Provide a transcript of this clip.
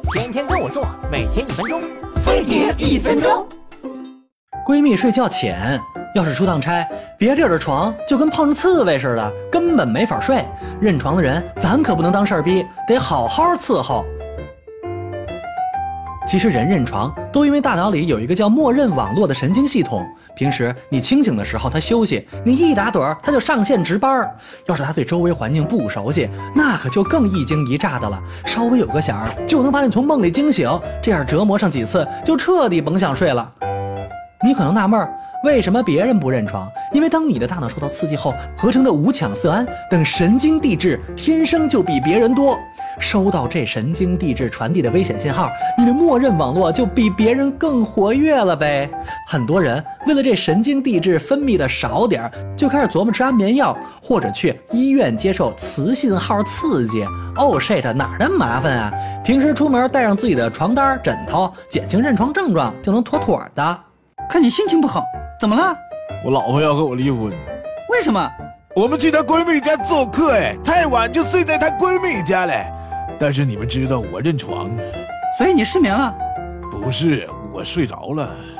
天天跟我做，每天1分钟，飞碟1分钟。 闺蜜睡觉浅，要是出趟差，别地儿的床就跟碰上刺猬似的，根本没法睡。认床的人，咱可不能当事儿逼，得好好伺候。其实人认床都因为大脑里有一个叫默认网络的神经系统，平时你清醒的时候他休息，你一打盹他就上线值班。要是他对周围环境不熟悉，那可就更一惊一乍的了，稍微有个响就能把你从梦里惊醒，这样折磨上几次就彻底甭想睡了。你可能纳闷为什么别人不认床？因为当你的大脑受到刺激后，合成的五羟色胺等神经递质天生就比别人多。收到这神经递质传递的危险信号，你的默认网络就比别人更活跃了呗。很多人为了这神经递质分泌的少点，就开始琢磨吃安眠药，或者去医院接受磁信号刺激。Oh shit， 哪儿那么麻烦啊？平时出门带上自己的床单枕头，减轻认床症状就能妥妥的。 看你心情不好，怎么了？ 我老婆要跟我离婚。 为什么？ 我们去她闺蜜家做客，太晚就睡在她闺蜜家嘞。但是你们知道我认床， 所以你失眠了？ 不是，我睡着了。